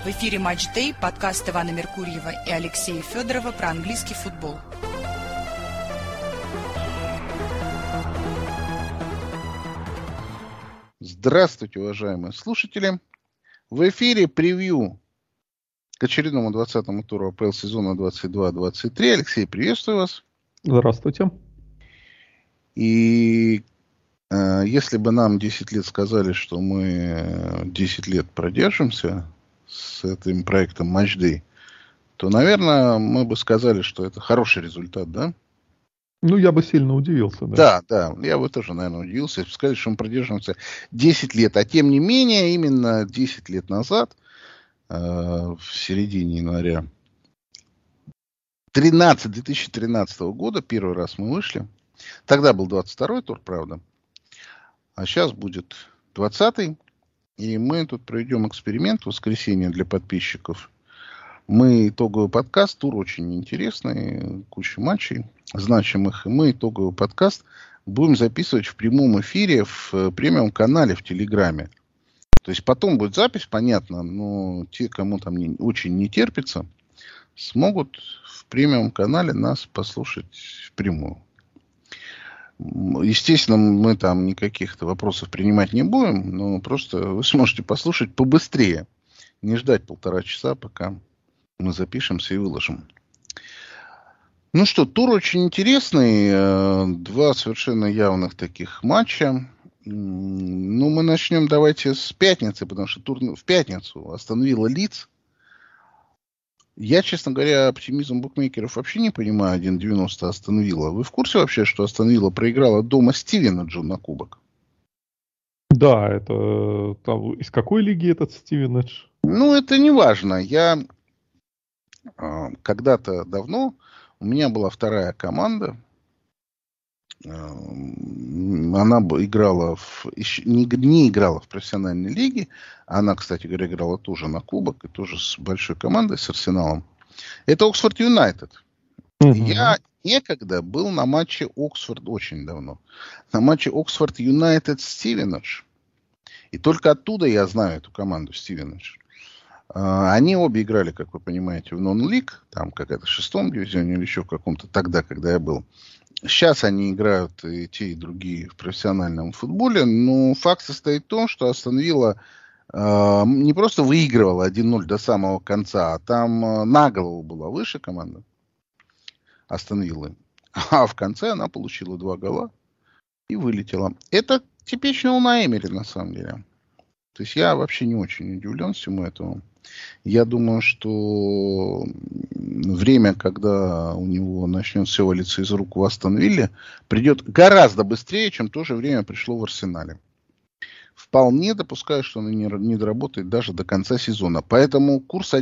В эфире «Матч Дэй», подкаст Ивана Меркурьева и Алексея Федорова про английский футбол. Здравствуйте, уважаемые слушатели. В эфире превью к очередному 20-му туру АПЛ сезона 22-23. Алексей, приветствую вас. Здравствуйте. И если бы нам 10 лет сказали, что мы 10 лет продержимся с этим проектом Match Day, то, наверное, мы бы сказали, что это хороший результат, да? Ну, я бы сильно удивился, да. Да, я бы тоже, наверное, удивился, если бы сказали, что мы продержимся 10 лет. А тем не менее, именно 10 лет назад, в середине января 2013 года, первый раз мы вышли. Тогда был 22-й тур, правда. А сейчас будет 20-й. И мы тут проведем эксперимент в воскресенье для подписчиков. Мы итоговый подкаст, тур очень интересный, куча матчей значимых. И мы итоговый подкаст будем записывать в прямом эфире в премиум-канале в Телеграме. То есть потом будет запись, понятно, но те, кому там очень не терпится, смогут в премиум-канале нас послушать впрямую. Естественно, мы там никаких вопросов принимать не будем, но просто вы сможете послушать побыстрее. Не ждать 1,5 часа, пока мы запишемся и выложим. Ну что, тур очень интересный. Два совершенно явных таких матча. Ну, мы начнем давайте с пятницы, потому что тур в пятницу Астон Вилла Лидс. Я, честно говоря, оптимизм букмекеров вообще не понимаю. 1,90 Астон Вилла. Вы в курсе вообще, что Астон Вилла проиграла дома Стивенаджу на кубок? Да, это там, из какой лиги этот Стивенедж? Ну, это не важно. Я когда-то давно, у меня была вторая команда. Она играла не играла в профессиональной лиге. Она, кстати говоря, играла тоже на кубок и тоже с большой командой, с Арсеналом. Это Оксфорд Юнайтед. Я некогда был на матче Оксфорд, очень давно, на матче Оксфорд Юнайтед Стивенедж. И только оттуда я знаю эту команду Стивенедж. Они обе играли, как вы понимаете, в нон-лиг, там какая-то в 6-м дивизионе или еще в каком-то тогда, когда я был. Сейчас они играют и те, и другие в профессиональном футболе, но факт состоит в том, что Астон Вилла не просто выигрывала 1-0 до самого конца, а там на голову была выше команда Астон Виллы. А в конце она получила 2 гола и вылетела. Это типично Унай Эмери, на самом деле. То есть я вообще не очень удивлен всему этому. Я думаю, что время, когда у него начнет все валиться из рук в Астон Вилле, придет гораздо быстрее, чем в то же время пришло в Арсенале. Вполне допускаю, что он не доработает даже до конца сезона. Поэтому коэффициент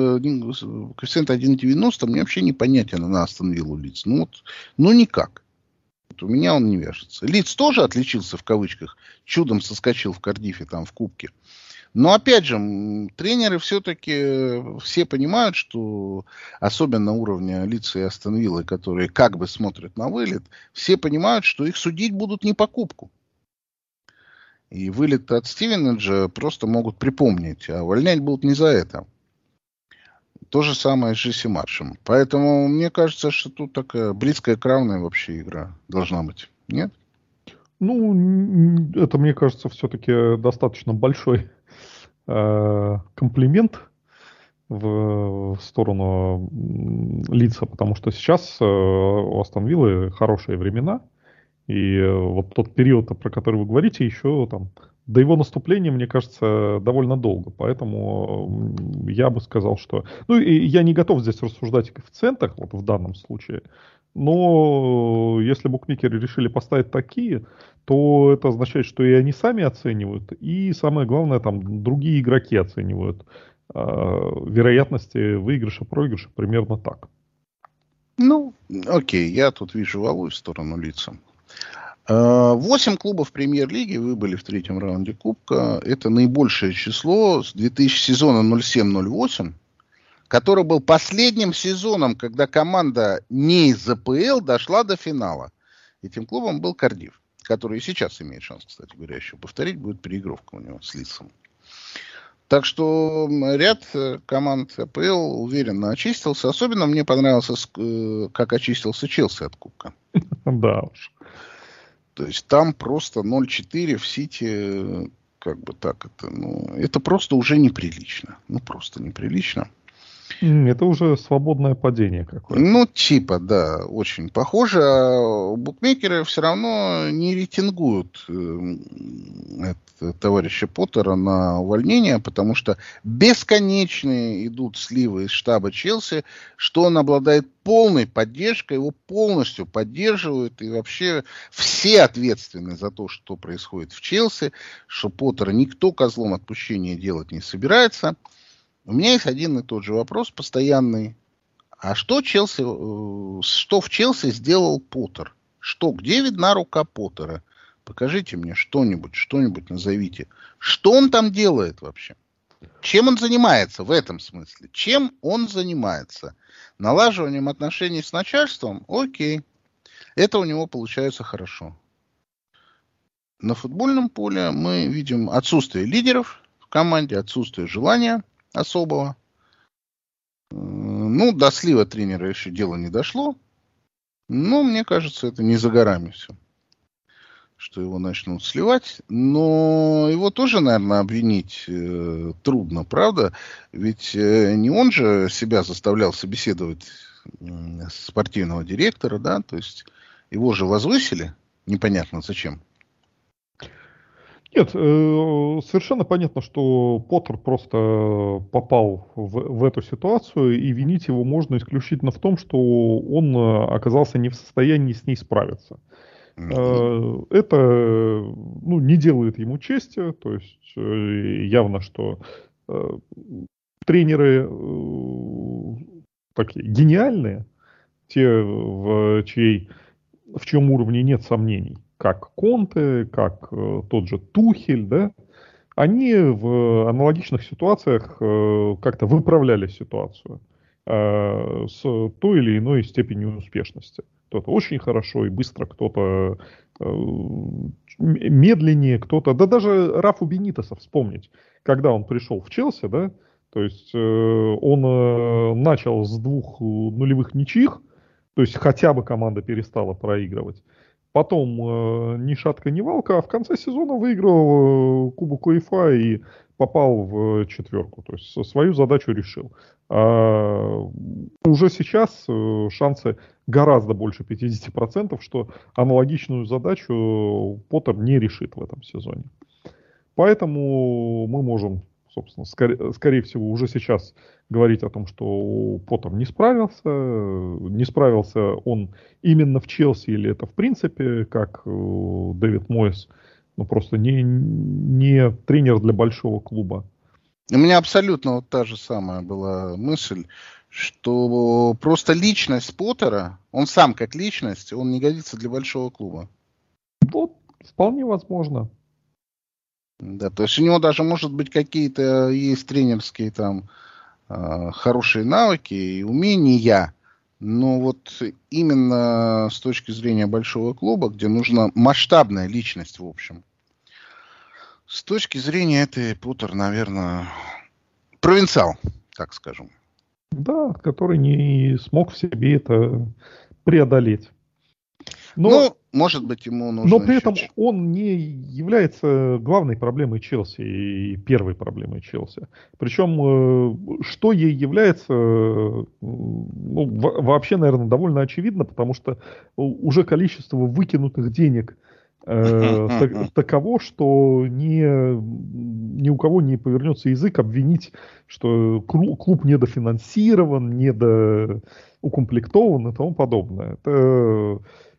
1,90 мне вообще непонятен на Астон Виллу Лидс. Ну никак. Вот у меня он не вяжется. Лидс тоже отличился в кавычках. Чудом соскочил в Кардифе, там в кубке. Но опять же, тренеры все-таки все понимают, что особенно уровня Лидса и Астон Виллы, которые как бы смотрят на вылет, все понимают, что их судить будут не по кубку. И вылет от Стивенеджа просто могут припомнить, а увольнять будут не за это. То же самое с Джесси Маршем. Поэтому мне кажется, что тут такая близкая к равной вообще игра должна быть. Нет? Ну, это, мне кажется, все-таки достаточно большой комплимент в сторону Лидса, потому что сейчас у Астон Виллы хорошие времена, и вот тот период, про который вы говорите, еще там до его наступления, мне кажется, довольно долго, поэтому я бы сказал, что... Ну, и я не готов здесь рассуждать о коэффициентах, вот в данном случае, но если букмекеры решили поставить такие, то это означает, что и они сами оценивают, и самое главное, там другие игроки оценивают вероятности выигрыша, проигрыша примерно так. Ну, окей, я тут вижу валу в сторону Лидса. 8 клубов премьер-лиги выбыли в третьем раунде Кубка. Это наибольшее число с сезона 07-08, который был последним сезоном, когда команда не из АПЛ дошла до финала. Этим клубом был Кардифф, который и сейчас имеет шанс, кстати говоря, еще повторить. Будет переигровка у него с Лидсом. Так что ряд команд АПЛ уверенно очистился. Особенно мне понравился, как очистился Челси от Кубка. Да уж. То есть там просто 0-4 в Сити, как бы так это просто уже неприлично. Ну, просто неприлично. Это уже свободное падение какое-то. Типа, да, очень похоже. А букмекеры все равно не рейтингуют товарища Поттера на увольнение, потому что бесконечные идут сливы из штаба Челси, что он обладает полной поддержкой, его полностью поддерживают, и вообще все ответственны за то, что происходит в Челси, что Поттера никто козлом отпущения делать не собирается. У меня есть один и тот же вопрос постоянный. А что в Челси сделал Поттер? Где видна рука Поттера? Покажите мне что-нибудь назовите. Что он там делает вообще? Чем он занимается в этом смысле? Чем он занимается? Налаживанием отношений с начальством? Окей. Это у него получается хорошо. На футбольном поле мы видим отсутствие лидеров в команде, отсутствие желания особого. До слива тренера еще дело не дошло. Но мне кажется, это не за горами все, что его начнут сливать. Но его тоже, наверное, обвинить трудно, правда? Ведь не он же себя заставлял собеседовать спортивного директора, да? То есть его же возвысили, непонятно зачем. Нет, совершенно понятно, что Поттер просто попал в эту ситуацию, и винить его можно исключительно в том, что он оказался не в состоянии с ней справиться. Это не делает ему чести, то есть явно, что тренеры такие гениальные, те, в чьем уровне нет сомнений, как Конте, как тот же Тухель, да, они в аналогичных ситуациях как-то выправляли ситуацию с той или иной степенью успешности. Кто-то очень хорошо и быстро, кто-то медленнее, кто-то... Да даже Рафу Бенитеса вспомнить, когда он пришел в Челси, да, то есть он начал с 2 нулевых ничьих, то есть хотя бы команда перестала проигрывать. Потом ни шатка, ни валка, а в конце сезона выиграл Кубок УЕФА и попал в 4. То есть свою задачу решил. Уже сейчас шансы гораздо больше 50%, что аналогичную задачу Поттер не решит в этом сезоне. Поэтому мы можем, собственно, скорее всего, уже сейчас говорить о том, что Поттер не справился. Не справился он именно в Челси, или это в принципе, как Дэвид Мойс, просто не тренер для большого клуба. У меня абсолютно та же самая была мысль, что просто личность Поттера, он сам как личность, он не годится для большого клуба. Вполне возможно. Да, то есть у него даже, может быть, какие-то есть тренерские там хорошие навыки и умения, но именно с точки зрения большого клуба, где нужна масштабная личность, в общем, с точки зрения этой Поттер, наверное, провинциал, так скажем. Да, который не смог в себе это преодолеть. Может быть, ему нужно... Но при этом он не является главной проблемой Челси и первой проблемой Челси. Причем, что ей является, вообще, наверное, довольно очевидно, потому что уже количество выкинутых денег таково, что ни у кого не повернется язык обвинить, что клуб недофинансирован, недоукомплектован и тому подобное. Это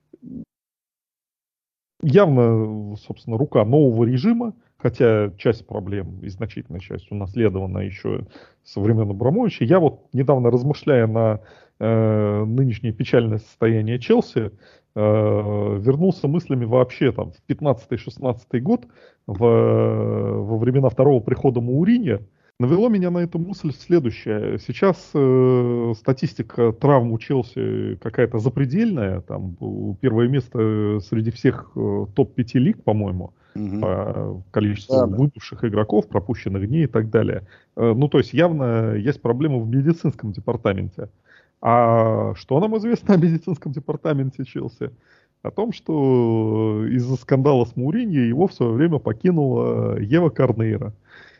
явно, собственно, рука нового режима, хотя часть проблем и значительная часть унаследована еще со времен Абрамовича. Я недавно, размышляя на нынешнее печальное состояние Челси, вернулся мыслями вообще в 15-16 год, во времена второго прихода Мауриньо, Навело меня на эту мысль следующее. Сейчас статистика травм у Челси какая-то запредельная. Там первое место среди всех топ-5 лиг, по-моему, по количеству выпавших игроков, пропущенных дней и так далее. Ну, то есть явно есть проблемы в медицинском департаменте. А что нам известно о медицинском департаменте Челси? О том, что из-за скандала с Мауриньо его в свое время покинула Ева Корнейра.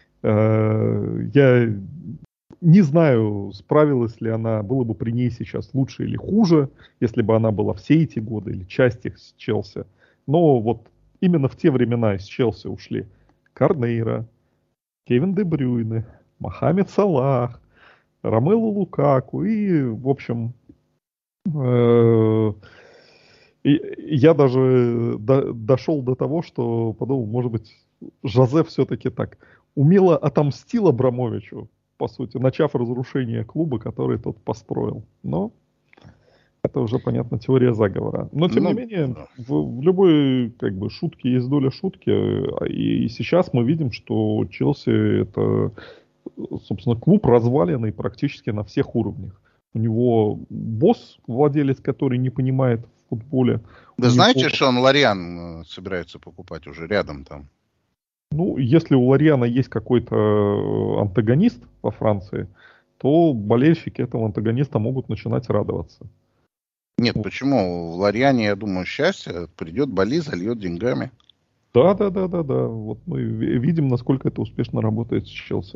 Я не знаю, справилась ли она, было бы при ней сейчас лучше или хуже, если бы она была все эти годы или часть их с Челси. Но вот именно в те времена из Челси ушли Корнейра, Кевин Де Брюйне, Мохамед Салах, Ромело Лукаку и, в общем, я даже дошел до того, что подумал, может быть, Жозе все-таки так умело отомстил Абрамовичу, по сути, начав разрушение клуба, который тот построил. Но это уже, понятно, теория заговора. Но, тем не менее, в любой как бы шутке есть доля шутки. И сейчас мы видим, что Челси это, собственно, клуб разваленный практически на всех уровнях. У него босс, владелец, который не понимает в футболе. Да знаете, что он Лориан собирается покупать уже рядом там? Ну, если у Лориана есть какой-то антагонист во Франции, то болельщики этого антагониста могут начинать радоваться. Нет, почему? В Лориане, я думаю, счастье. Придет Бали, зальет деньгами. Да. Вот мы видим, насколько это успешно работает с Челси.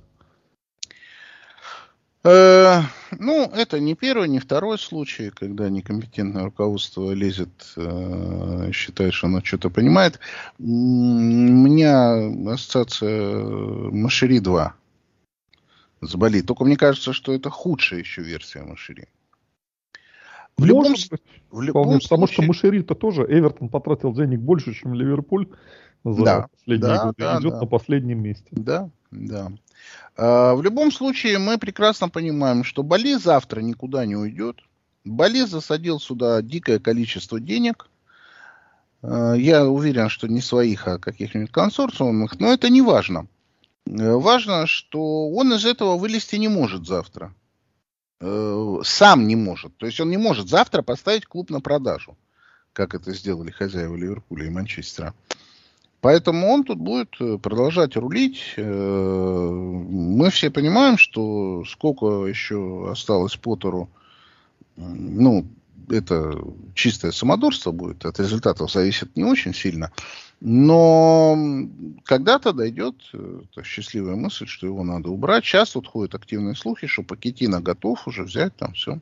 Ну, это не первый, не второй случай, когда некомпетентное руководство лезет, считает, что оно что-то понимает. У меня ассоциация Мошери 2 с Бали. Только мне кажется, что это худшая еще версия Мошери. Потому что Мошери-то тоже Эвертон потратил денег больше, чем Ливерпуль за последние годы. И идет на последнем месте. Да. В любом случае, мы прекрасно понимаем, что Бали завтра никуда не уйдет. Бали засадил сюда дикое количество денег. Я уверен, что не своих, а каких-нибудь консорциумных, но это не важно. Важно, что он из этого вылезти не может завтра. Сам не может. То есть он не может завтра поставить клуб на продажу, как это сделали хозяева Ливерпуля и Манчестера. Поэтому он тут будет продолжать рулить. Мы все понимаем, что сколько еще осталось Поттеру, ну, это чистое самодурство будет, от результатов зависит не очень сильно. Но когда-то дойдет счастливая мысль, что его надо убрать. Сейчас тут ходят активные слухи, что Покеттино готов уже взять там все.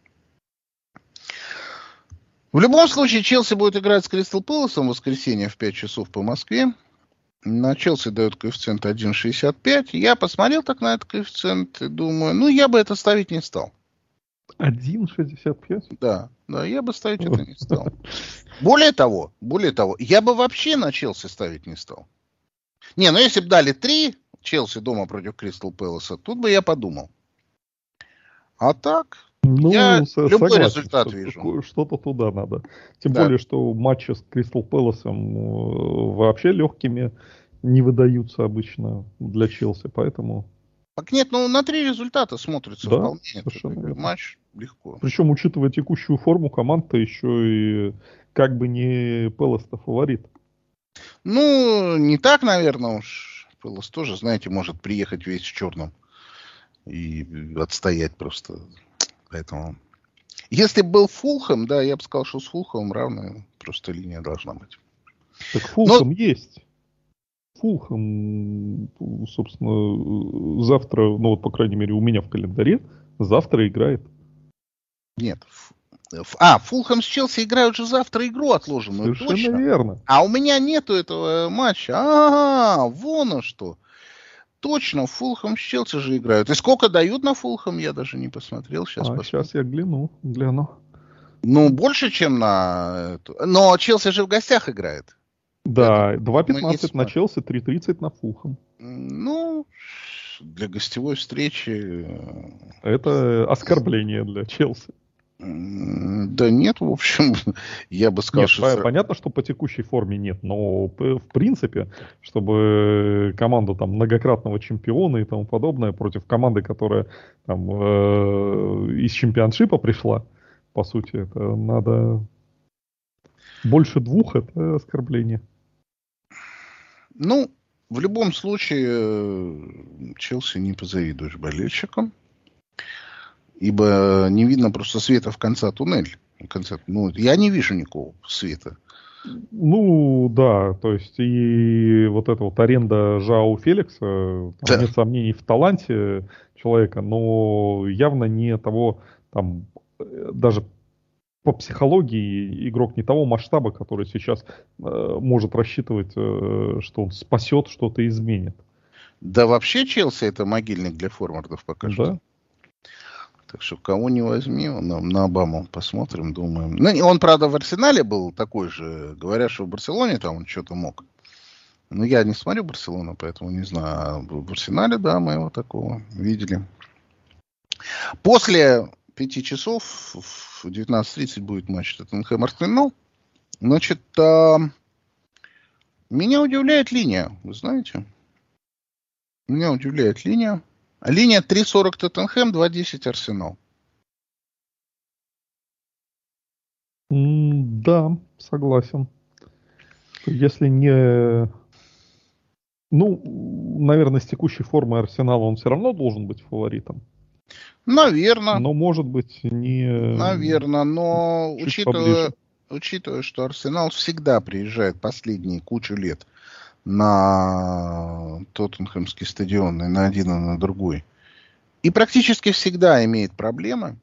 В любом случае, Челси будет играть с Кристал Пэласом в воскресенье в 5 часов по Москве. На Челси дает коэффициент 1,65. Я посмотрел так на этот коэффициент и думаю, ну, я бы это ставить не стал. 1,65? Да, я бы ставить это не стал. Более того, я бы вообще на Челси ставить не стал. Не, ну если бы дали 3 Челси дома против Кристал Пэласа, тут бы я подумал. А так... Ну, я любой согласен, результат вижу. Что-то туда надо. Тем более, что матчи с Кристал Пэласом вообще легкими не выдаются обычно для Челси, поэтому... Так нет, ну на 3 результата смотрится вполне. Это матч легко. Причем, учитывая текущую форму команд, то еще и как бы не Пэлас-то фаворит. Ну, не так, наверное, уж. Пэлас тоже, знаете, может приехать весь в черном и отстоять просто... Поэтому, если был Фулхэм, да, я бы сказал, что с Фулхэмом равная просто линия должна быть. Так Фулхэм есть. Фулхэм, собственно, завтра, ну вот, по крайней мере, у меня в календаре, завтра играет. Нет. Фулхэм с Челси играют же завтра игру отложенную. Совершенно точно. Верно. А у меня нету этого матча. Вон оно что. Точно, Фулхэм с Челси же играют. И сколько дают на Фулхэм, я даже не посмотрел. Сейчас я гляну. Ну, больше, чем на... Но Челси же в гостях играет. Да, 2.15 на Челси, 3.30 на Фулхэм. Ну, для гостевой встречи... Это оскорбление для Челси. Да нет, в общем, я бы сказал, Нет, что... понятно, что по текущей форме нет, но в принципе, чтобы команда там многократного чемпиона и тому подобное против команды, которая там из чемпионшипа пришла, по сути, это надо больше двух, это оскорбление. Ну, в любом случае, Челси не позавидуешь болельщикам, ибо не видно просто света в конце туннеля. Ну, я не вижу никакого света. Ну, да, то есть и вот эта вот аренда Жао Феликса, там нет сомнений в таланте человека, но явно не того, там, даже по психологии игрок не того масштаба, который сейчас может рассчитывать, что он спасет, что-то изменит. Да вообще Челси это могильник для форвардов пока что. Да. Так что кого не возьми, на Обаму посмотрим, думаем. Ну, он, правда, в Арсенале был такой же. Говорят, что в Барселоне там он что-то мог. Но я не смотрю Барселону, поэтому не знаю. А в Арсенале, да, мы его такого видели. После 5 часов в 19:30 будет матч Тоттенхэм-Арсенал. Значит, меня удивляет линия, вы знаете. Меня удивляет линия. Линия 3.40 Тоттенхэм, 2.10 Арсенал. Да, согласен. Если не... Ну, наверное, с текущей формой Арсенала он все равно должен быть фаворитом. Наверное. Но, может быть, не... Наверное, но учитывая, что Арсенал всегда приезжает последние кучу лет на Тоттенхэмский стадион и на один, и на другой. И практически всегда имеет проблемы.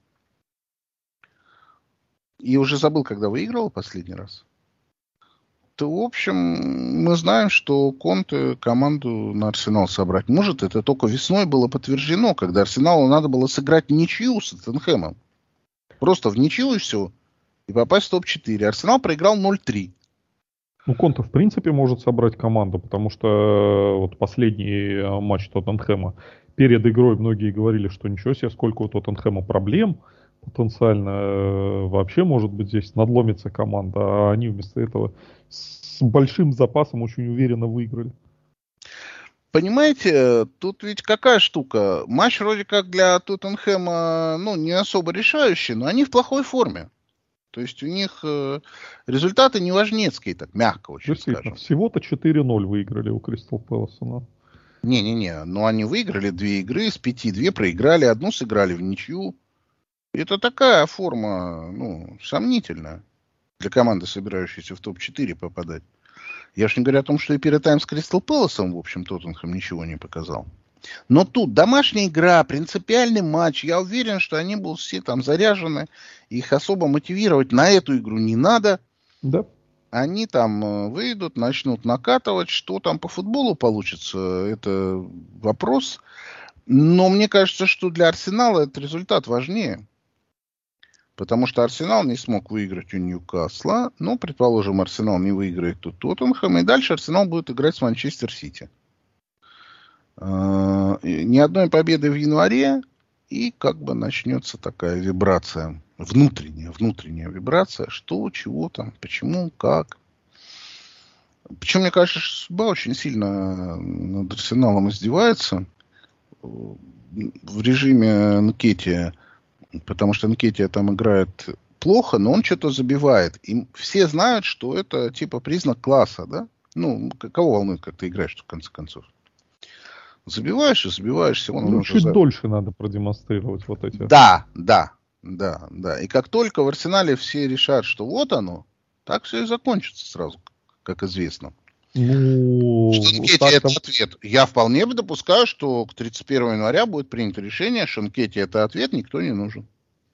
И уже забыл, когда выиграл последний раз. То, в общем, мы знаем, что Конте команду на Арсенал собрать может. Это только весной было подтверждено, когда Арсеналу надо было сыграть ничью с Тоттенхэмом. Просто в ничью и все. И попасть в топ-4. Арсенал проиграл 0-3. Ну, Конте, в принципе, может собрать команду, потому что вот последний матч Тоттенхэма, перед игрой многие говорили, что ничего себе, сколько у Тоттенхэма проблем потенциально. Вообще, может быть, здесь надломится команда, а они вместо этого с большим запасом очень уверенно выиграли. Понимаете, тут ведь какая штука? Матч вроде как для Тоттенхэма, ну, не особо решающий, но они в плохой форме. То есть у них результаты не важнецкие, так мягко очень скажем. Всего-то 4-0 выиграли у Кристал Пэласа. Не-не-не, но они выиграли 2 игры, с 5 2 проиграли, одну сыграли в ничью. Это такая форма, ну, сомнительная для команды, собирающейся в топ-4 попадать. Я уж не говорю о том, что и перед тайм с Кристал Пэласом, в общем, Тоттенхэм ничего не показал. Но тут домашняя игра, принципиальный матч. Я уверен, что они будут все там заряжены. Их особо мотивировать на эту игру не надо. Да. Они там выйдут, начнут накатывать. Что там по футболу получится, это вопрос. Но мне кажется, что для Арсенала этот результат важнее. Потому что Арсенал не смог выиграть у Ньюкасла. Ну, предположим, Арсенал не выиграет тут Тоттенхэм. И дальше Арсенал будет играть с Манчестер Сити. Ни одной победы в январе, и как бы начнется такая вибрация, внутренняя вибрация, что, чего там, почему, как. Причем, мне кажется, что судьба очень сильно над Арсеналом издевается в режиме Нкетия, потому что Нкетия там играет плохо, но он что-то забивает. И все знают, что это типа признак класса, да? Ну, кого волнует, как ты играешь, в конце концов? Забиваешь и забиваешься. Чуть дольше надо продемонстрировать вот эти. Да. И как только в Арсенале все решат, что вот оно, так все и закончится сразу, как известно. Ну, что Нкетия это ответ. Я вполне допускаю, что к 31 января будет принято решение, что Нкетия это ответ, никто не нужен.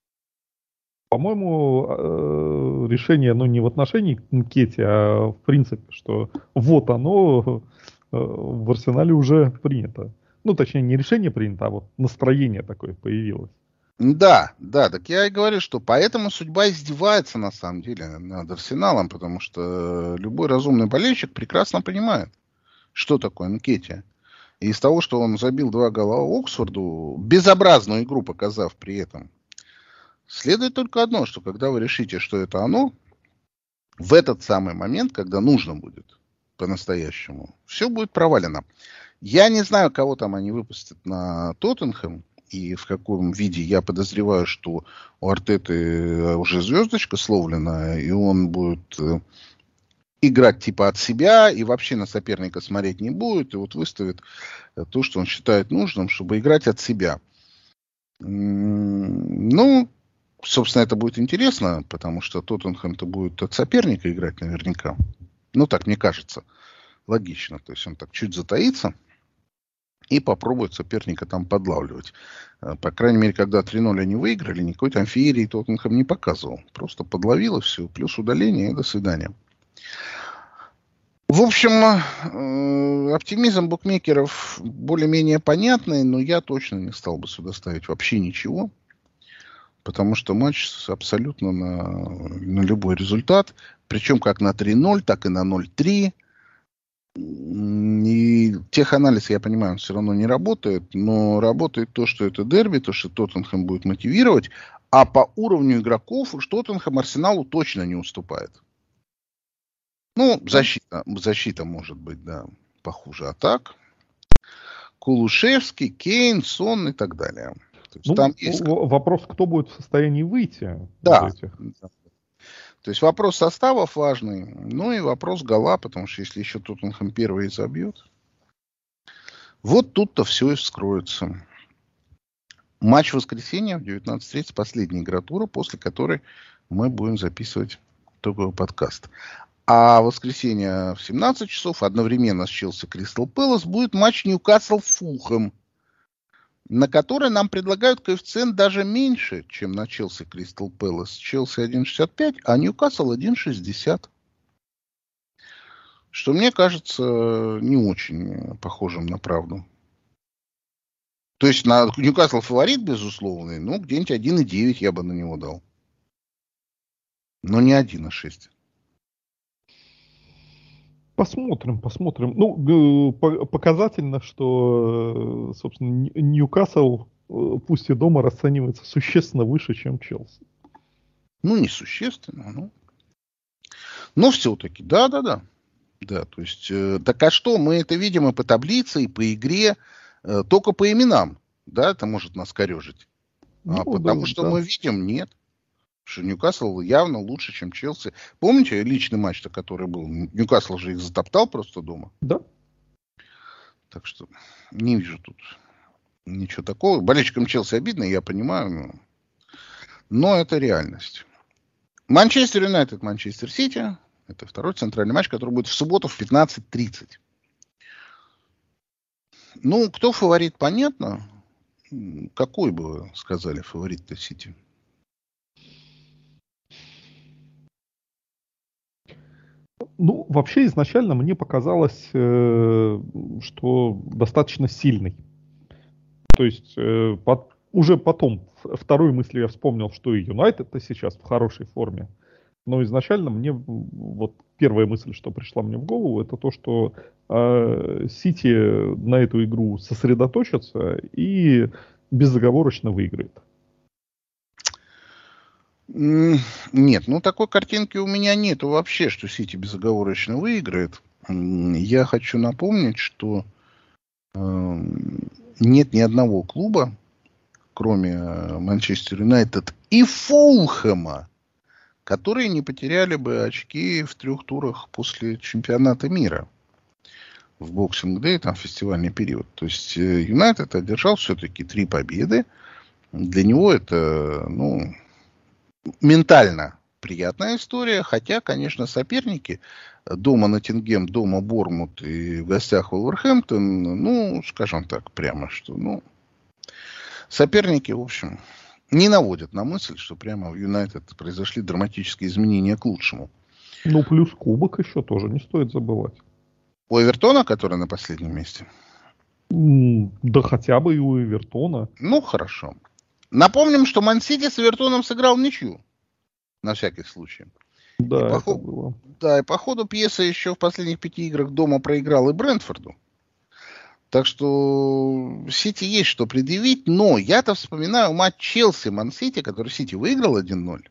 По-моему, решение, ну, не в отношении к Нкетия, а в принципе, что вот оно в Арсенале уже принято. Ну, точнее, не решение принято, а вот настроение такое появилось. Да, так я и говорю, что поэтому судьба издевается на самом деле над Арсеналом, потому что любой разумный болельщик прекрасно понимает, что такое Нкетия. И из того, что он забил 2 гола Оксфорду, безобразную игру показав при этом, Следует только одно, что когда вы решите, что это оно, в этот самый момент, когда нужно будет по-настоящему, все будет провалено. Я не знаю, кого там они выпустят на Тоттенхэм и в каком виде. Я подозреваю, что у Артеты уже звездочка словлена, и он будет играть типа от себя и вообще на соперника смотреть не будет, и вот выставит то, что он считает нужным, чтобы играть от себя. Ну, собственно, это будет интересно, потому что Тоттенхэм-то будет от соперника играть наверняка. Ну, так мне кажется. Логично. То есть он так чуть затаится и попробует соперника там подлавливать. По крайней мере, когда 3-0 они выиграли, никакой там феерии Тоттенхэм не показывал. Просто подловил и все. Плюс удаление и до свидания. В общем, оптимизм букмекеров более-менее понятный, но я точно не стал бы сюда ставить вообще ничего. Потому что матч абсолютно на любой результат. Причем как на 3-0, так и на 0-3. И теханализ, я понимаю, он все равно не работает. Но работает то, что это дерби, то, что Тоттенхэм будет мотивировать. А по уровню игроков уж Тоттенхэм Арсеналу точно не уступает. Ну, защита может быть, да, похуже. А так, Кулушевский, Кейн, Сон и так далее. То есть, Ну, там есть... вопрос, кто будет в состоянии выйти Да. из этих. Да. То есть вопрос составов важный, ну и вопрос гола, потому что если еще Тоттенхэм первый забьет, вот тут-то все и вскроется. Матч в воскресенье в 19:30, последняя игра тура, после которой мы будем записывать итоговый подкаст. А в воскресенье в 17 часов одновременно с Челси Кристал Пэлас будет матч Ньюкасл-Фулхэм, на который нам предлагают коэффициент даже меньше, чем на Челси Кристал Пэлас. Челси 1,65, а Ньюкасл 1,60. Что мне кажется не очень похожим на правду. То есть на Ньюкасл фаворит, безусловный, ну, где-нибудь 1,9 я бы на него дал. Но не 1,6. Посмотрим. Ну, показательно, что, собственно, Ньюкасл, пусть и дома, расценивается существенно выше, чем Челси. Ну, несущественно, но все-таки, да. Да, то есть, так а что, мы это видим и по таблице, и по игре, только по именам, да, это может нас корежить. Ну, потому что мы видим, нет. Что Ньюкасл явно лучше, чем Челси. Помните личный матч-то, который был? Ньюкасл же их затоптал просто дома. Да. Так что не вижу тут ничего такого. Болельщикам Челси обидно, я понимаю. Но это реальность. Манчестер Юнайтед, Манчестер Сити. Это второй центральный матч, который будет в субботу в 15:30. Ну, кто фаворит, понятно. Какой бы вы сказали фаворит-то Сити? Ну, вообще изначально мне показалось, что достаточно сильный. То есть уже потом, второй мыслью я вспомнил, что и Юнайтед-то сейчас в хорошей форме. Но изначально мне вот первая мысль, что пришла мне в голову, это то, что Сити на эту игру сосредоточится и безоговорочно выиграет. Нет, ну такой картинки у меня нету вообще, что Сити безоговорочно выиграет. Я хочу напомнить, что нет ни одного клуба, кроме Манчестер Юнайтед и Фулхэма, которые не потеряли бы очки в 3 турах после чемпионата мира в Боксинг-дэй, там фестивальный период. То есть Юнайтед одержал все-таки 3 победы. Для него это, ментально приятная история, хотя, конечно, соперники дома Ноттингем, дома Бормут и в гостях Вулверхэмптон, скажем так, прямо что, соперники, в общем, не наводят на мысль, что прямо в Юнайтед произошли драматические изменения к лучшему. Ну, плюс кубок еще тоже не стоит забывать. У Эвертона, который на последнем месте? Да хотя бы и у Эвертона. Ну, хорошо. Напомним, что Ман-Сити с Эвертоном сыграл ничью. На всякий случай. Да, это было. Да, и по ходу пьесы еще в последних 5 играх дома проиграл и Брентфорду. Так что Сити есть что предъявить, но я-то вспоминаю матч Челси-Ман-Сити, который Сити выиграл 1-0,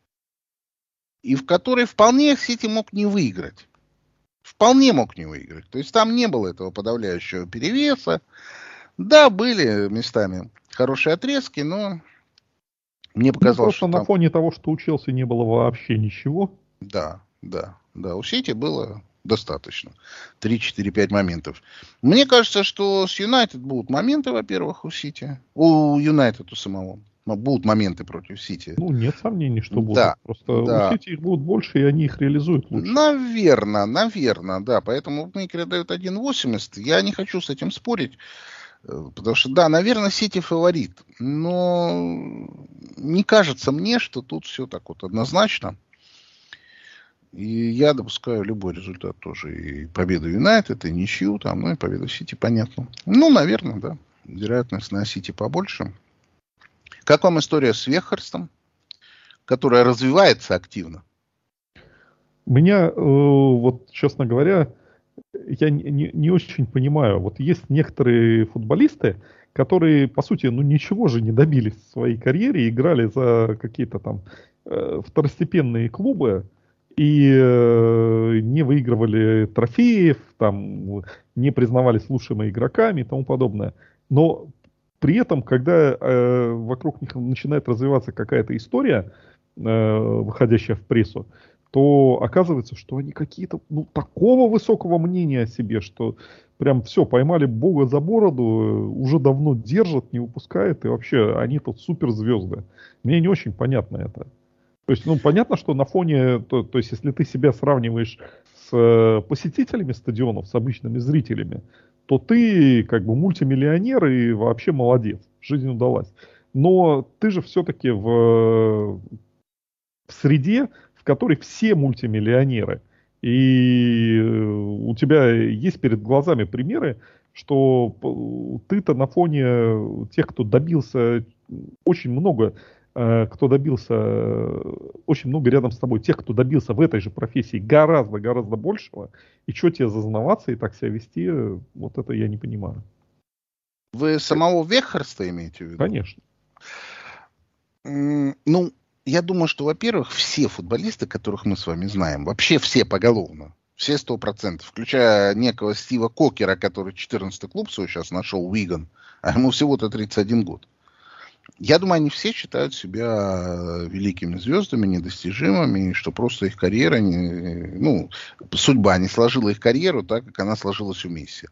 и в который вполне Сити мог не выиграть. Вполне мог не выиграть. То есть там не было этого подавляющего перевеса. Да, были местами хорошие отрезки, но мне показалось, что на фоне того, что у Челси не было вообще ничего. Да. У Сити было достаточно. 3-4-5 моментов. Мне кажется, что с Юнайтед будут моменты, во-первых, у Сити. У Юнайтед у самого. Будут моменты против Сити. Нет сомнений, что будут. Да, Просто у Сити их будут больше, и они их реализуют лучше. Наверное, да. Поэтому букмекеры дают 1.80. Я не хочу с этим спорить. Потому что, да, наверное, Сити фаворит. Но не кажется мне, что тут все так вот однозначно. И я допускаю любой результат тоже. И победу Юнайтед, и ничью там, и победу Сити, понятно. Наверное, да. Вероятность на Сити побольше. Как вам история с Вехерстом, которая развивается активно? Меня, честно говоря, я не очень понимаю. Вот есть некоторые футболисты, которые, по сути, ничего же не добились в своей карьере, играли за какие-то там второстепенные клубы и не выигрывали трофеев, там, не признавались лучшими игроками и тому подобное. Но при этом, когда вокруг них начинает развиваться какая-то история, выходящая в прессу, то оказывается, что они какие-то такого высокого мнения о себе, что прям все, поймали Бога за бороду, уже давно держат, не выпускают, и вообще они тут суперзвезды. Мне не очень понятно это. То есть, понятно, что на фоне, то есть, если ты себя сравниваешь с посетителями стадионов, с обычными зрителями, то ты как бы мультимиллионер и вообще молодец, жизнь удалась. Но ты же все-таки в среде, в которой все мультимиллионеры. И у тебя есть перед глазами примеры, что ты-то на фоне тех, кто добился очень много, очень много рядом с тобой, тех, кто добился в этой же профессии гораздо большего, и что тебе зазнаваться и так себя вести, вот это я не понимаю. Вы самого Вехерста имеете в виду? Конечно. Я думаю, что, во-первых, все футболисты, которых мы с вами знаем, вообще все поголовно, все 100%, включая некого Стива Кокера, который 14-й клуб свой сейчас нашел, Уиган, а ему всего-то 31 год. Я думаю, они все считают себя великими звездами, недостижимыми, и что просто их карьера, судьба не сложила их карьеру так, как она сложилась у Месси.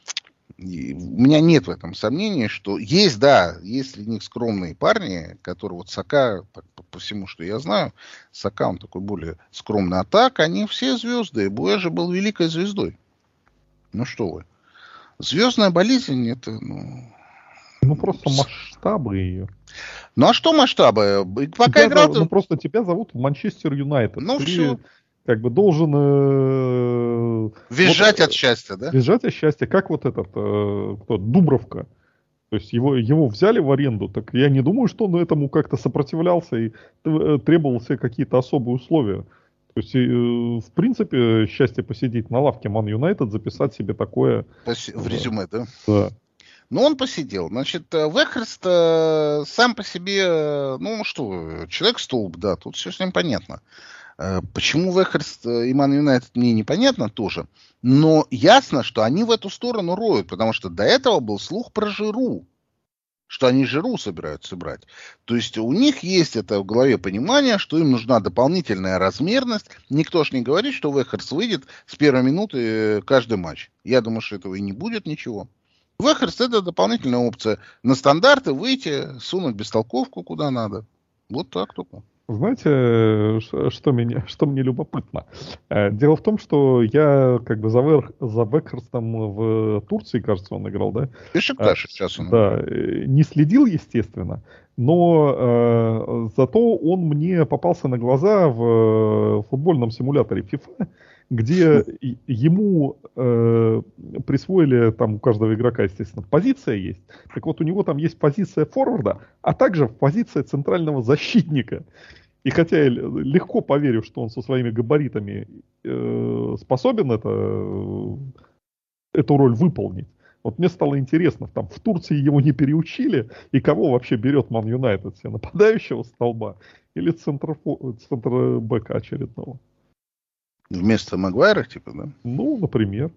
И у меня нет в этом сомнений, что есть среди них скромные парни, которые вот Сака, по всему, что я знаю, Сака, он такой более скромный, а так они все звезды. Буэ же был великой звездой. Что вы. Звездная болезнь, это, просто масштабы ее. А что масштабы? Пока играл... Просто тебя зовут в Манчестер Юнайтед. Все. Как бы должен... визжать от счастья, да? Визжать от счастья. Как вот этот, Дубровка. То есть его взяли в аренду. Так я не думаю, что он этому как-то сопротивлялся и требовал себе какие-то особые условия. То есть, в принципе, счастье посидеть на лавке Ман Юнайтед, записать себе такое... В резюме, да? Да. Он посидел. Значит, Вехерст сам по себе, человек-столб, да, тут все с ним понятно. Почему Вехерст и Ман Юнайтед, мне непонятно тоже. Но ясно, что они в эту сторону роют, потому что до этого был слух про Жиру, что они Жиру собираются брать. То есть у них есть это в голове понимание, что им нужна дополнительная размерность. Никто ж не говорит, что Вехерст выйдет с первой минуты каждый матч. Я думаю, что этого и не будет ничего. Вехерст — это дополнительная опция. На стандарты выйти, сунуть бестолковку куда надо. Вот так только. Знаете, что мне любопытно? Дело в том, что я как бы за Вехерстом в Турции, кажется, он играл, да? Бешикташ сейчас он. Да, не следил, естественно, но зато он мне попался на глаза в футбольном симуляторе FIFA, где ему присвоили, там у каждого игрока, естественно, позиция есть. Так вот, у него там есть позиция форварда, а также позиция центрального защитника. И хотя я легко поверю, что он со своими габаритами способен эту роль выполнить, Вот мне стало интересно, там в Турции его не переучили, и кого вообще берет Ман Юнайтед себе, нападающего столба или центр-бэка очередного? Вместо Магуайра, типа, да? Ну, например.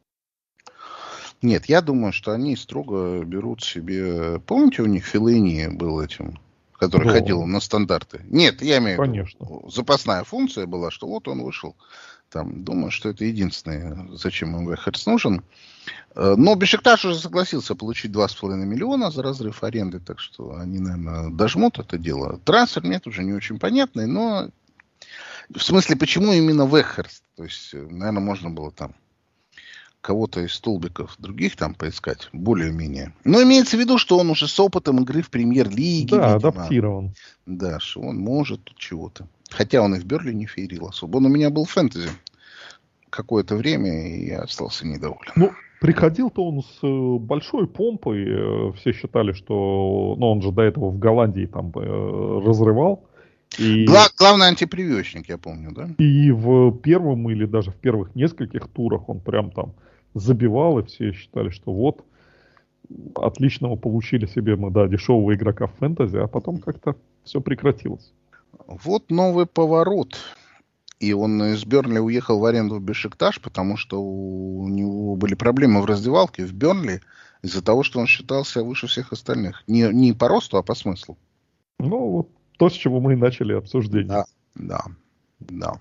Нет, я думаю, что они строго берут себе... Помните, у них Феллини был этим, который Да. ходил на стандарты? Нет, я имею в виду, Конечно. запасная функция была, что вот он вышел. Там, думаю, что это единственное, зачем им Вехерс нужен. Но Бешикташ уже согласился получить 2,5 миллиона за разрыв аренды, так что они, наверное, дожмут это дело. Трансфер мне тоже не очень понятный, но в смысле, почему именно Вехерст? То есть, наверное, можно было там кого-то из столбиков других там поискать, более-менее. Но имеется в виду, что он уже с опытом игры в премьер-лиге. Да, видимо. адаптирован. Да, что он может тут чего-то. Хотя он и в Берли не феерил особо. Он у меня был в фэнтези какое-то время, и я остался недоволен. Ну, приходил-то он с большой помпой. Все считали, что... Ну, он же до этого в Голландии там разрывал. И... Главный антипрививочник, я помню, да? И в первом или даже в первых нескольких турах он прям там забивал, и все считали, что вот, отличного получили себе мы, да, дешевого игрока в фэнтези, а потом как-то все прекратилось. Вот новый поворот. И он из Бернли уехал в аренду в Бешикташ, потому что у него были проблемы в раздевалке в Бернли из-за того, что он считался выше всех остальных. Не по росту, а по смыслу. Ну, вот то, с чего мы и начали обсуждение. Да.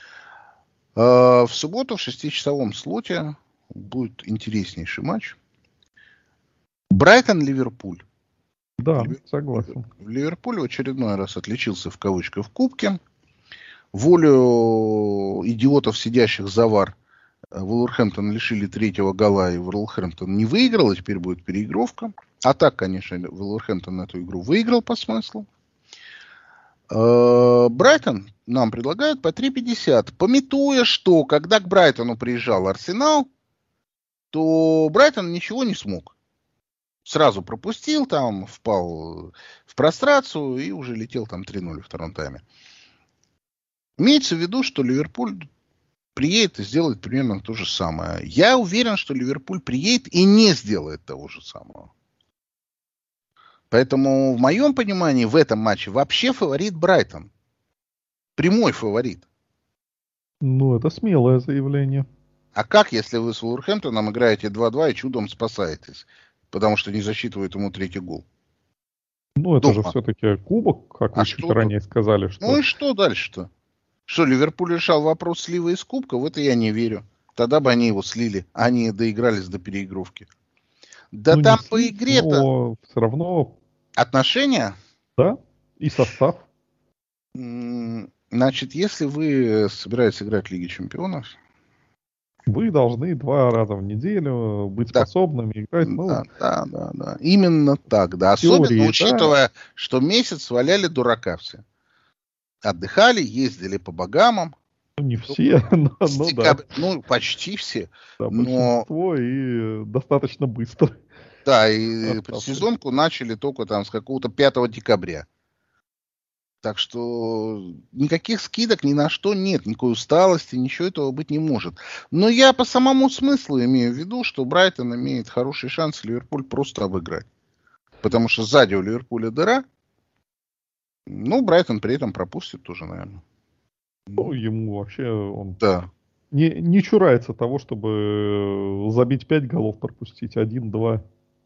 В субботу в 6-часовом слоте будет интереснейший матч. Брайтон-Ливерпуль. Да, согласен. Ливерпуль в очередной раз отличился в кавычках в кубке. Волю идиотов, сидящих за ВАР, Вулверхэмптон лишили третьего гола, и Вулверхэмптон не выиграл, и теперь будет переигровка. А так, конечно, Вулверхэмптон эту игру выиграл по смыслу. Брайтон нам предлагают по 3,50, памятуя, что когда к Брайтону приезжал Арсенал, то Брайтон ничего не смог. Сразу пропустил, там впал в прострацию и уже летел там 3-0 во втором тайме. Имеется в виду, что Ливерпуль приедет и сделает примерно то же самое. Я уверен, что Ливерпуль приедет и не сделает того же самого. Поэтому, в моем понимании, в этом матче вообще фаворит Брайтон. Прямой фаворит. Ну, это смелое заявление. А как, если вы с Вулверхэмптоном играете 2-2 и чудом спасаетесь? Потому что не засчитывают ему третий гол. Ну, это же все-таки кубок, как вы чуть ранее сказали. Что... Ну и что дальше-то? Что, Ливерпуль решал вопрос слива из кубка? В это я не верю. Тогда бы они его слили. Они доигрались до переигровки. Да ну, там по игре-то... Все равно... Отношения? Да, и состав. Значит, если вы собираетесь играть в Лиге Чемпионов... Вы должны 2 раза в неделю быть способными играть. Ну, да. Именно так, да. Особенно учитывая, что месяц валяли дурака все. Отдыхали, ездили по Багамам. Ну, не все, но да. Ну, почти все. Да, большинство и достаточно быстро. Да, и сезонку начали только там с какого-то 5 декабря. Так что никаких скидок ни на что нет, никакой усталости, ничего этого быть не может. Но я по самому смыслу имею в виду, что Брайтон имеет хороший шанс Ливерпуль просто обыграть. Потому что сзади у Ливерпуля дыра. Ну, Брайтон при этом пропустит тоже, наверное. Ну, ему вообще он да. не чурается того, чтобы забить 5 голов, пропустить 1-2.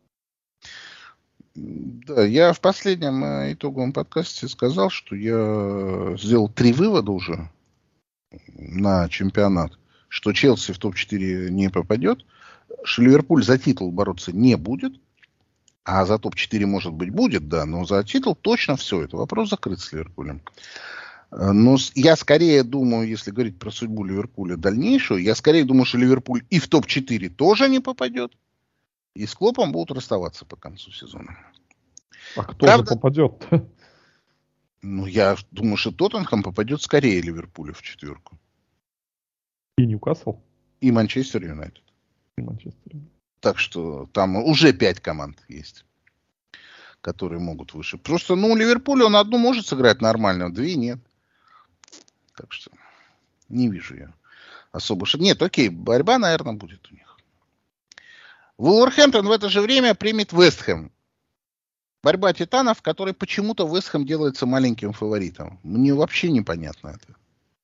Да, я в последнем итоговом подкасте сказал, что я сделал 3 вывода уже на чемпионат. Что Челси в топ-4 не попадет, что Ливерпуль за титул бороться не будет, а за топ-4 может быть будет, да, но за титул точно все. Это вопрос закрыт с Ливерпулем. Но я скорее думаю, если говорить про судьбу Ливерпуля дальнейшую, я скорее думаю, что Ливерпуль и в топ-4 тоже не попадет. И с Клопом будут расставаться по концу сезона. А кто же попадет? Ну, я думаю, что Тоттенхэм попадет скорее Ливерпулю в 4. И Ньюкасл? И Манчестер Юнайтед. Так что там уже 5 команд есть, которые могут выше. Просто, ну, Ливерпуль, он одну может сыграть нормально, 2 нет. Так что не вижу я особо. Нет, окей, борьба, наверное, будет у них. Вулверхэмптон в это же время примет Вест Хэм. Борьба титанов, в которой почему-то Вест Хэм делается маленьким фаворитом. Мне вообще непонятно это.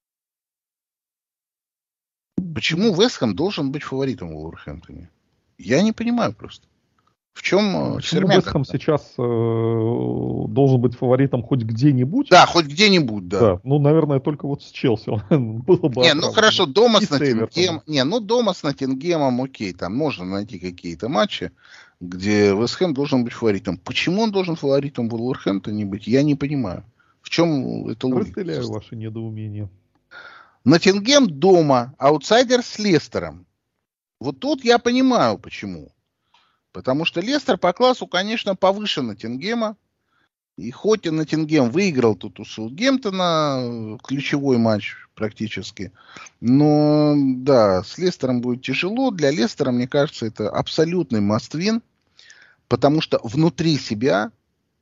Почему Вест Хэм должен быть фаворитом в Вулверхэмптоне? Я не понимаю просто. В чем Почему Вест Хэм сейчас должен быть фаворитом хоть где-нибудь? Да, хоть где-нибудь, да. Да. Ну, наверное, только вот с Челси было бы. Не, ну хорошо, дома с Ноттингемом. Не, ну дома с Ноттингемом, окей, там можно найти какие-то матчи, где Вест Хэм должен быть фаворитом. Почему он должен фаворитом в Вулверхэмптоне быть, я не понимаю. В чем это логика? Разделяю ваши недоумения. Ноттингем дома, аутсайдер с Лестером. Вот тут я понимаю, почему. Потому что Лестер по классу, конечно, повыше Ноттингема. И хоть и Ноттингем выиграл тут у Саутгемптона ключевой матч практически, но да, с Лестером будет тяжело. Для Лестера, мне кажется, это абсолютный must-win, потому что внутри себя,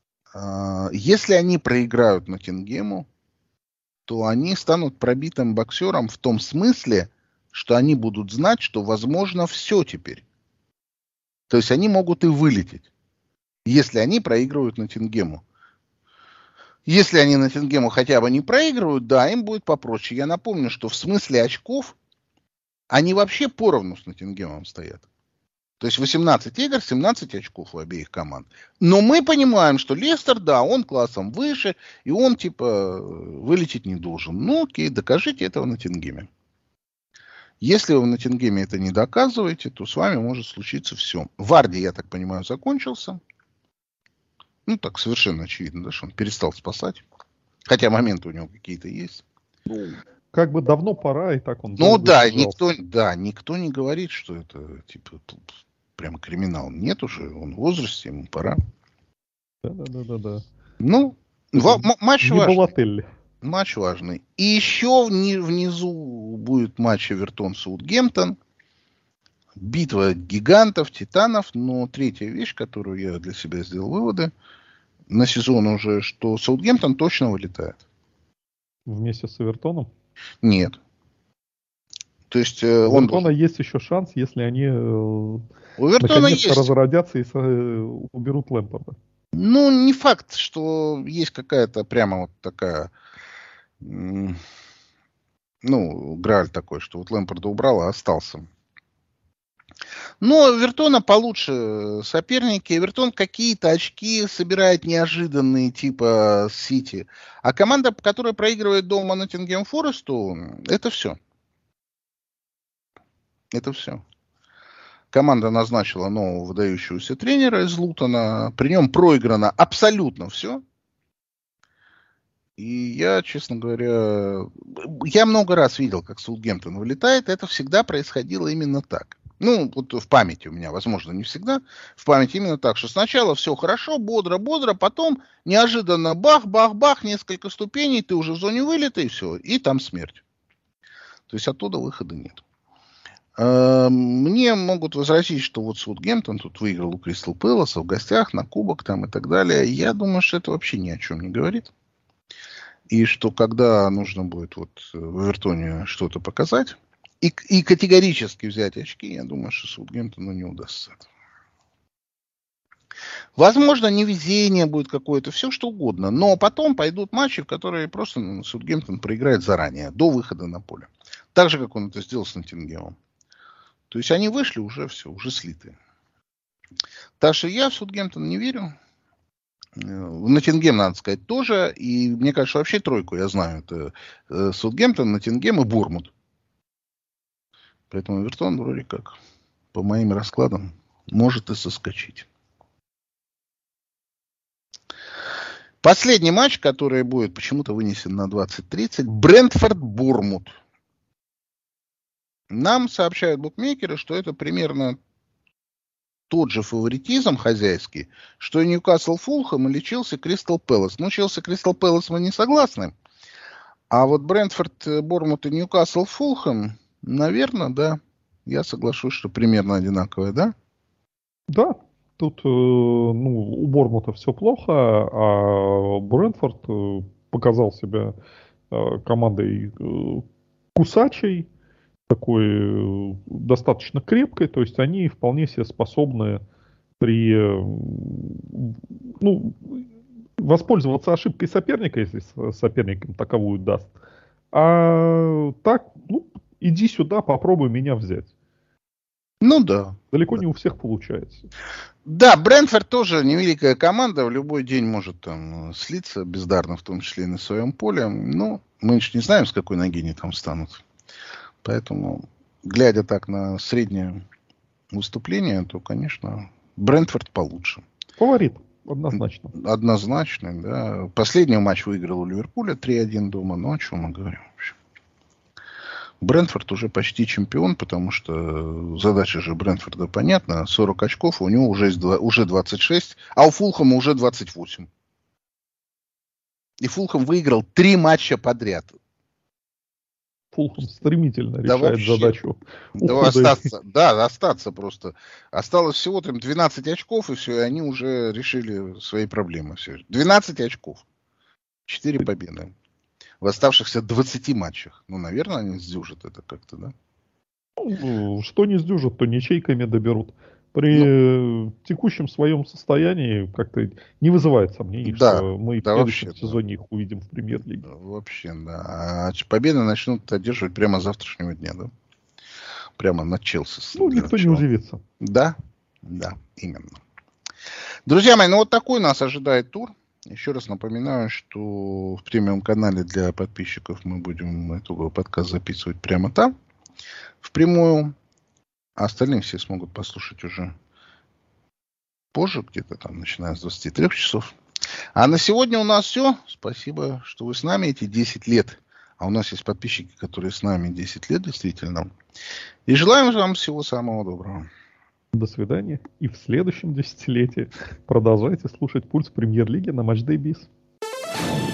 если они проиграют Ноттингему, то они станут пробитым боксером в том смысле, что они будут знать, что возможно все теперь. То есть они могут и вылететь, если они проигрывают Ноттингему. Если они Ноттингему хотя бы не проигрывают, да, им будет попроще. Я напомню, что в смысле очков они вообще поровну с Ноттингемом стоят. То есть 18 игр, 17 очков у обеих команд. Но мы понимаем, что Лестер, да, он классом выше, и он типа вылететь не должен. Ну окей, докажите это в Ноттингеме. Если вы в Ноттингеме это не доказываете, то с вами может случиться все. Варди, я так понимаю, закончился. Ну, так совершенно очевидно, да, что он перестал спасать. Хотя моменты у него какие-то есть. Как бы давно пора, и так он... Ну да, никто не говорит, что это типа прям криминал. Нет уже, он в возрасте, ему пора. Да. Ну, матч не важный. Балотелли. Матч важный. И еще внизу будет матч Эвертон-Саутгемптон. Битва гигантов, титанов. Но третья вещь, которую я для себя сделал выводы на сезон уже, что Саутгемптон точно вылетает. Вместе с Эвертоном? Нет. То есть у Эвертона есть еще шанс, если они наконец-то разродятся и уберут Лэмпарда. Ну, не факт, что есть какая-то прямо вот такая, ну, грааль такой, что вот Лэмпарда убрал, а остался. Но Эвертона получше соперники. Эвертон какие-то очки собирает неожиданные, типа Сити. А команда, которая проигрывает дома Ноттингем Форесту, это все. Это все. Команда назначила нового выдающегося тренера из Лутона. При нем проиграно абсолютно все. И я, честно говоря, я много раз видел, как Саутгемптон вылетает. Это всегда происходило именно так. Ну, вот в памяти у меня, возможно, не всегда. В памяти именно так, что сначала все хорошо, бодро, потом неожиданно бах, несколько ступеней, ты уже в зоне вылета, и все. И там смерть. То есть оттуда выхода нет. Мне могут возразить, что вот Саутгемптон тут выиграл у Кристал Пэласа в гостях на кубок там и так далее. Я думаю, что это вообще ни о чем не говорит. И что когда нужно будет вот в Эвертоне что-то показать и категорически взять очки, я думаю, что Саутгемптону не удастся это. Возможно, невезение будет какое-то, все что угодно. Но потом пойдут матчи, в которые просто Саутгемптон проиграет заранее, до выхода на поле. Так же, как он это сделал с Ноттингемом. То есть они вышли уже все, уже слиты. Так что я в Саутгемптон не верю. В Ноттингем, надо сказать, тоже. И мне кажется, вообще тройку я знаю. Это Саутгемптон, Ноттингем и Борнмут. Поэтому Эвертон вроде как, по моим раскладам, может и соскочить. Последний матч, который будет почему-то вынесен на 20:30. Брентфорд-Борнмут. Нам сообщают букмекеры, что это примерно тот же фаворитизм хозяйский, что и Ньюкасл-Фулхэм или Челси-Кристал Пэлас. Ну, Челси-Кристал Пэлас мы не согласны. А вот Брентфорд-Борнмут и Ньюкасл-Фулхэм, наверное, да. Я соглашусь, что примерно одинаковое, да? Да. Тут у Борнмута все плохо, а Брентфорд показал себя командой кусачей. такой достаточно крепкой, то есть они вполне себе способны при, воспользоваться ошибкой соперника, если соперник им таковую даст. А так, иди сюда, попробуй меня взять. Ну да. Далеко не у всех получается. Да, Брентфорд тоже невеликая команда, в любой день может там слиться бездарно, в том числе и на своем поле. Но мы же не знаем, с какой ноги они там станут. Поэтому, глядя так на среднее выступление, то, конечно, Брентфорд получше. Фаворит, однозначно. Однозначно, да. Последний матч выиграл у Ливерпуля 3-1 дома. Ну, о чем мы говорим вообще? Брентфорд уже почти чемпион, потому что задача же Брентфорда понятна. 40 очков, у него уже 26, а у Фулхэма уже 28. И Фулхэм выиграл 3 матча подряд. Фулхэм стремительно решает задачу. Остаться просто. Осталось всего там 12 очков, и все, и они уже решили свои проблемы. Все. 12 очков. 4 победы. В оставшихся 20 матчах. Ну, наверное, они сдюжат это как-то, да? Что не сдюжат, то ничейками доберут. При текущем своем состоянии как-то не вызывает сомнений, что мы в следующем сезоне их увидим в премьер-лиге. Вообще, да. А победы начнут одерживать прямо с завтрашнего дня, да? Прямо на Челси. Никто не удивится. Да, именно. Друзья мои, вот такой нас ожидает тур. Еще раз напоминаю, что в премиум-канале для подписчиков мы будем итоговый подкаст записывать прямо там, впрямую. А остальные все смогут послушать уже позже, где-то там, начиная с 23 часов. А на сегодня у нас все. Спасибо, что вы с нами эти 10 лет. А у нас есть подписчики, которые с нами 10 лет, действительно. И желаем вам всего самого доброго. До свидания. И в следующем десятилетии продолжайте слушать «Пульс Премьер-лиги» на Матчдэй Биз.